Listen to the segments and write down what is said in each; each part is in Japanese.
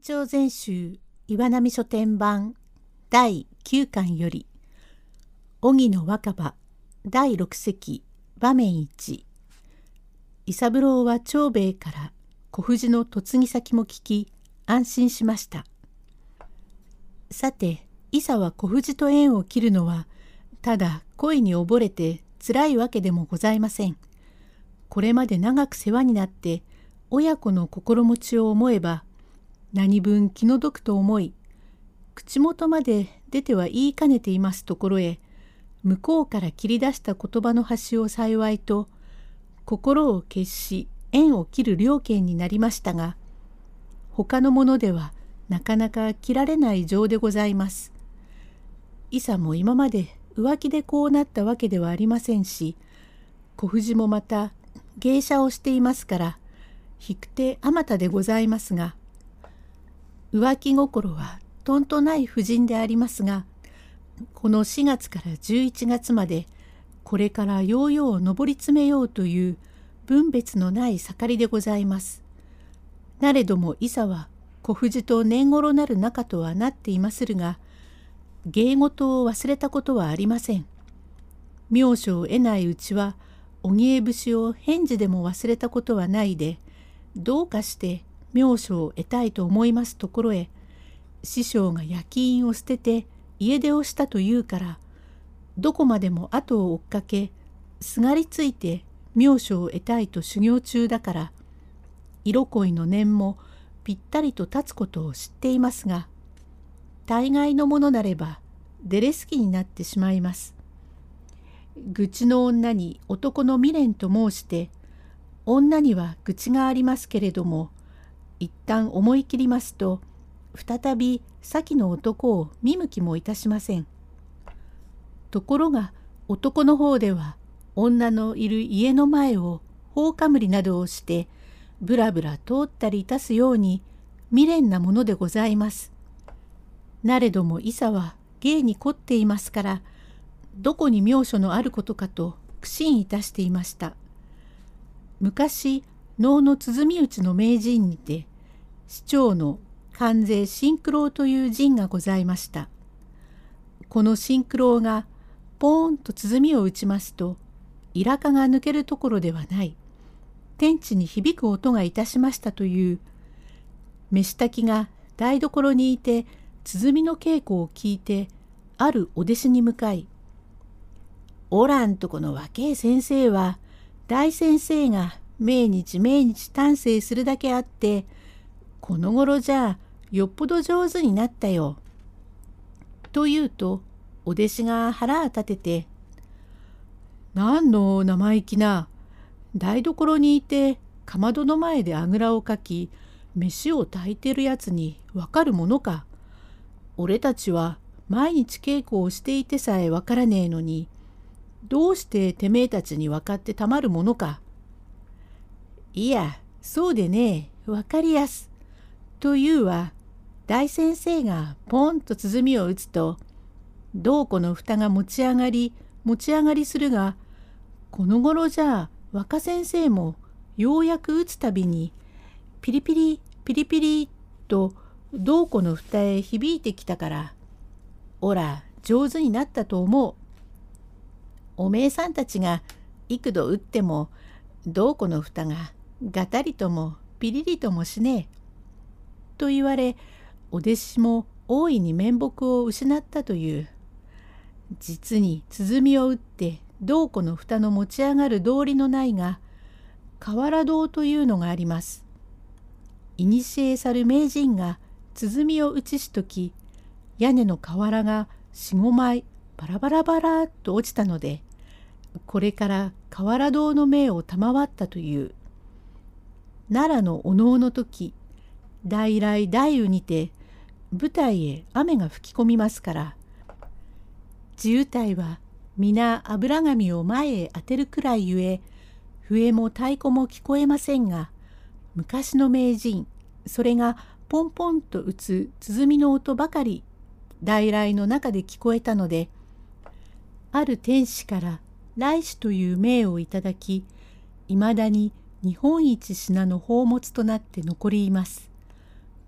長全集岩波書店版第9巻より荻野若葉第6席場面1。伊三郎は長兵衛から小藤の嫁ぎ先も聞き安心しました。さて伊三は小藤と縁を切るのはただ恋に溺れてつらいわけでもございません。これまで長く世話になって親子の心持ちを思えば何分気の毒と思い、口元まで出ては言いかねていますところへ、向こうから切り出した言葉の端を幸いと、心を決し縁を切る了見になりましたが、他のものではなかなか切られない情でございます。伊三も今まで浮気でこうなったわけではありませんし、小藤もまた芸者をしていますから、引く手あまたでございますが、浮気心はとんとない婦人でありますが、この4月から11月までこれからようよう上り詰めようという分別のない盛りでございます。なれども伊三は小藤と年頃なる仲とはなっていまするが、芸事を忘れたことはありません。妙所を得ないうちは荻江節を返事でも忘れたことはないで、どうかして妙所を得たいと思いますところへ、師匠が焼き印を捨てて家出をしたというから、どこまでも後を追っかけ、すがりついて妙所を得たいと修行中だから、色恋の念もぴったりと立つことを知っていますが、大概のものなれば出れすきになってしまいます。愚痴の女に男の未練と申して、女には愚痴がありますけれども、一旦思い切りますと、再び先の男を見向きもいたしません。ところが男の方では女のいる家の前を頬かむりなどをしてぶらぶら通ったりいたすように未練なものでございます。なれども伊三は芸に凝っていますから、どこに妙所のあることかと苦心いたしていました。昔能の鼓打ちの名人にて市長の関税新九郎という人がございました。この新九郎がポーンと鼓を打ちますと、イラカが抜けるところではない、天地に響く音がいたしましたという。飯炊きが台所にいて鼓の稽古を聞いて、あるお弟子に向かい、おらんとこの若え先生は大先生が命日丹精するだけあって、この頃じゃよっぽど上手になったよ。と言うと、お弟子が腹立てて、なんの生意気な、台所にいてかまどの前であぐらをかき、飯を炊いてるやつにわかるものか。俺たちは毎日稽古をしていてさえわからねえのに、どうしててめえたちにわかってたまるものか。いや、そうでねえ、わかりやす。というは、大先生がポンと鼓を打つと、銅庫の蓋が持ち上がりするが、この頃じゃ若先生もようやく打つたびに、ピリピリピリピリと銅庫の蓋へ響いてきたから、おら上手になったと思う。おめえさんたちが幾度打っても、銅庫の蓋ががたりともピリリともしねえ。と言われ、お弟子も大いに面目を失ったという。実に鼓を打って銅庫の蓋の持ち上がる道理のないが、瓦銅というのがあります。いにしえ去る名人が鼓を打ちしとき、屋根の瓦が4、5枚バラバラバラと落ちたので、これから瓦銅の命を賜ったという。奈良のお能の時、大雷大雨にて舞台へ雨が吹き込みますから、地謡台は皆油紙を前へ当てるくらいゆえ、笛も太鼓も聞こえませんが、昔の名人、それがポンポンと打つ鼓の音ばかり大雷の中で聞こえたので、ある天使から来使という命をいただき、いまだに日本一品の宝物となって残ります。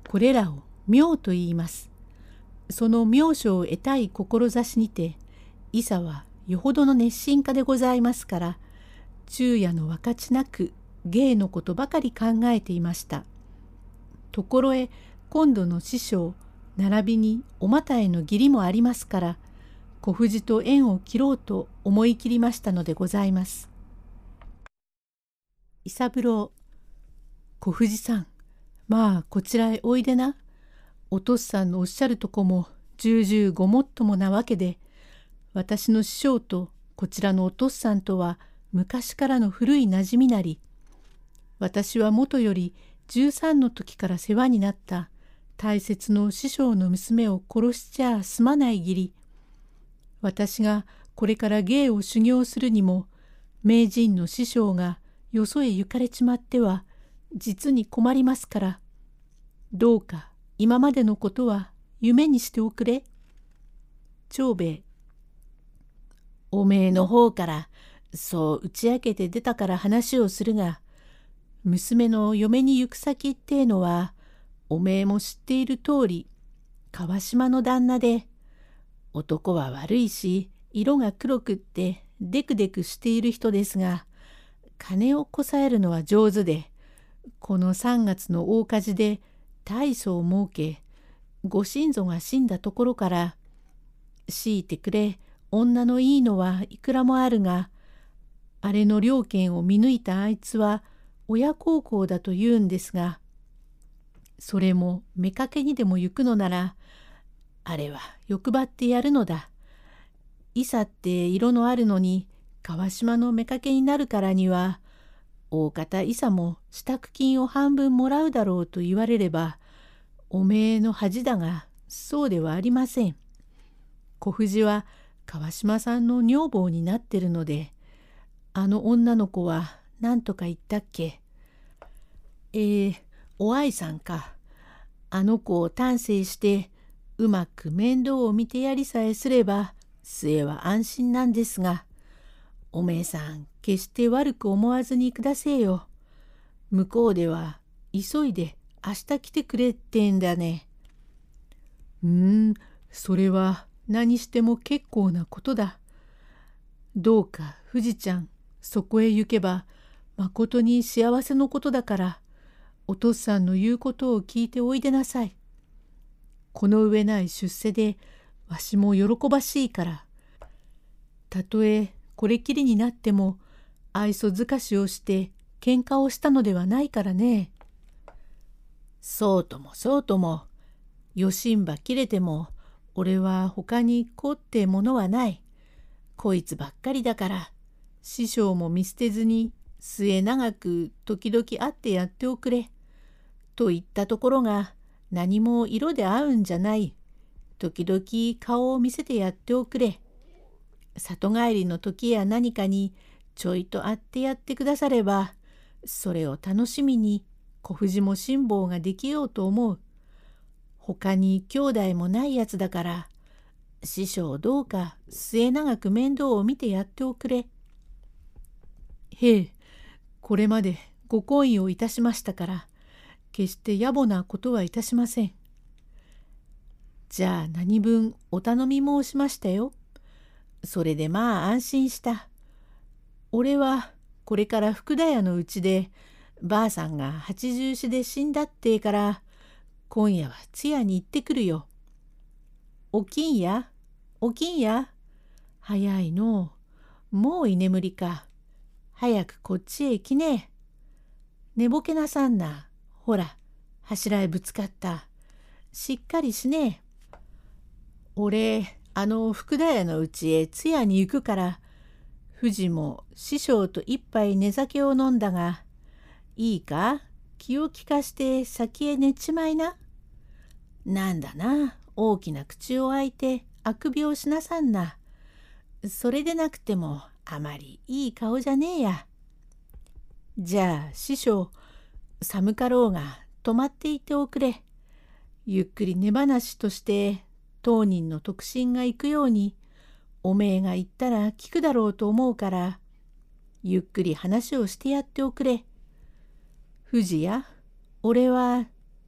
これらを妙と言います。その妙所を得たい志にて、伊佐はよほどの熱心家でございますから、昼夜の分かちなく芸のことばかり考えていました。ところへ今度の師匠並びにお股への義理もありますから、小藤と縁を切ろうと思い切りましたのでございます。伊三郎、小藤さん、まあこちらへおいでな。お父さんのおっしゃるとこも重々ごもっともなわけで、私の師匠とこちらのお父さんとは昔からの古いなじみなり、私はもとより13の時から世話になった大切の師匠の娘を殺しちゃすまない義理。私がこれから芸を修行するにも、名人の師匠がよそへ行かれちまっては実に困りますから、どうか今までのことは夢にしておくれ。長兵衛、おめえの方からそう打ち明けて出たから話をするが、娘の嫁に行く先ってえのは、おめえも知っている通り、川島の旦那で、男は悪いし、色が黒くってデクデクしている人ですが、金をこさえるのは上手で、この3月の大火事で大層儲け、ご親祖が死んだところから、強いてくれ、女のいいのはいくらもあるが、あれの了見を見抜いたあいつは親孝行だと言うんですが、それも妾にでも行くのなら、あれは欲張ってやるのだ。伊佐って色のあるのに川島の妾になるからには、大方伊佐も支度金を半分もらうだろうと言われれば、おめえの恥だがそうではありません。小藤は川島さんの女房になってるので、あの女の子は何とか言ったっけ。お愛さんか。あの子を丹精してうまく面倒を見てやりさえすれば末は安心なんですが、おめえさん決して悪く思わずにくだせえよ。向こうでは急いで明日来てくれってんだね。それは何しても結構なことだ。どうか富ちゃん、そこへ行けばまことに幸せのことだから、お父さんの言うことを聞いておいでなさい。この上ない出世でわしも喜ばしいから、たとえこれきりになっても愛想づかしをして喧嘩をしたのではないからね。そうともそうとも、よしんば切れても俺は他に子ってものはない。こいつばっかりだから、師匠も見捨てずに末永く時々会ってやっておくれ。といったところが何も色で合うんじゃない。時々顔を見せてやっておくれ。里帰りの時や何かにちょいと会ってやってくだされば、それを楽しみに小藤も辛抱ができようと思う。他に兄弟もないやつだから、師匠どうか末永く面倒を見てやっておくれ。へえ、これまでご懇意をいたしましたから、決して野暮なことはいたしません。じゃあ何分お頼み申しましたよ。それでまあ安心した。俺はこれから福田屋のうちで、ばあさんが80死で死んだってから、今夜は通夜に行ってくるよ。おきんや、おきんや。早いのう。もう居眠りか。早くこっちへ来ねえ。寝ぼけなさんな。ほら、柱へぶつかった。しっかりしねえ。俺、福田屋のうちへ通夜に行くから、藤も師匠と一杯寝酒を飲んだが、いいか、気を利かして先へ寝ちまいな。なんだな、大きな口を開いてあくびをしなさんな。それでなくてもあまりいい顔じゃねえや。じゃあ師匠、寒かろうが泊まっていておくれ。ゆっくり寝話として当人の特進が行くように、おめえが言ったら聞くだろうと思うから、ゆっくり話をしてやっておくれ。藤や、俺は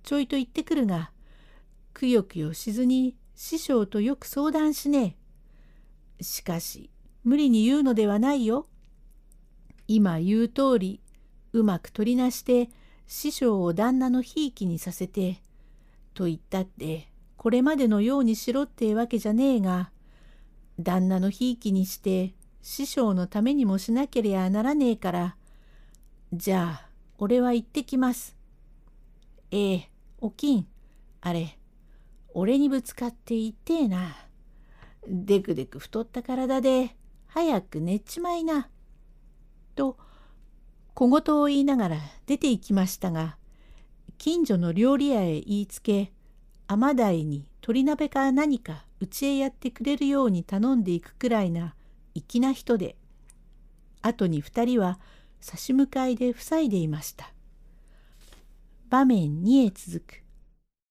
ちょいと行ってくるが、くよくよしずに師匠とよく相談しねえ。しかし無理に言うのではないよ。今言う通りうまく取りなして師匠を旦那のひいきにさせてと言ったってこれまでのようにしろってわけじゃねえが、旦那のひいきにして師匠のためにもしなけりゃならねえから、じゃあ俺は行ってきます。おきん、あれ俺にぶつかって痛えな。でくでく太った体で早く寝っちまいな。と小言を言いながら出て行きましたが、近所の料理屋へ言いつけ、甘鯛に鶏鍋か何かうちへやってくれるように頼んでいくくらいな粋な人で、後に2人は差し向かいで塞いでいました。場面2へ続く。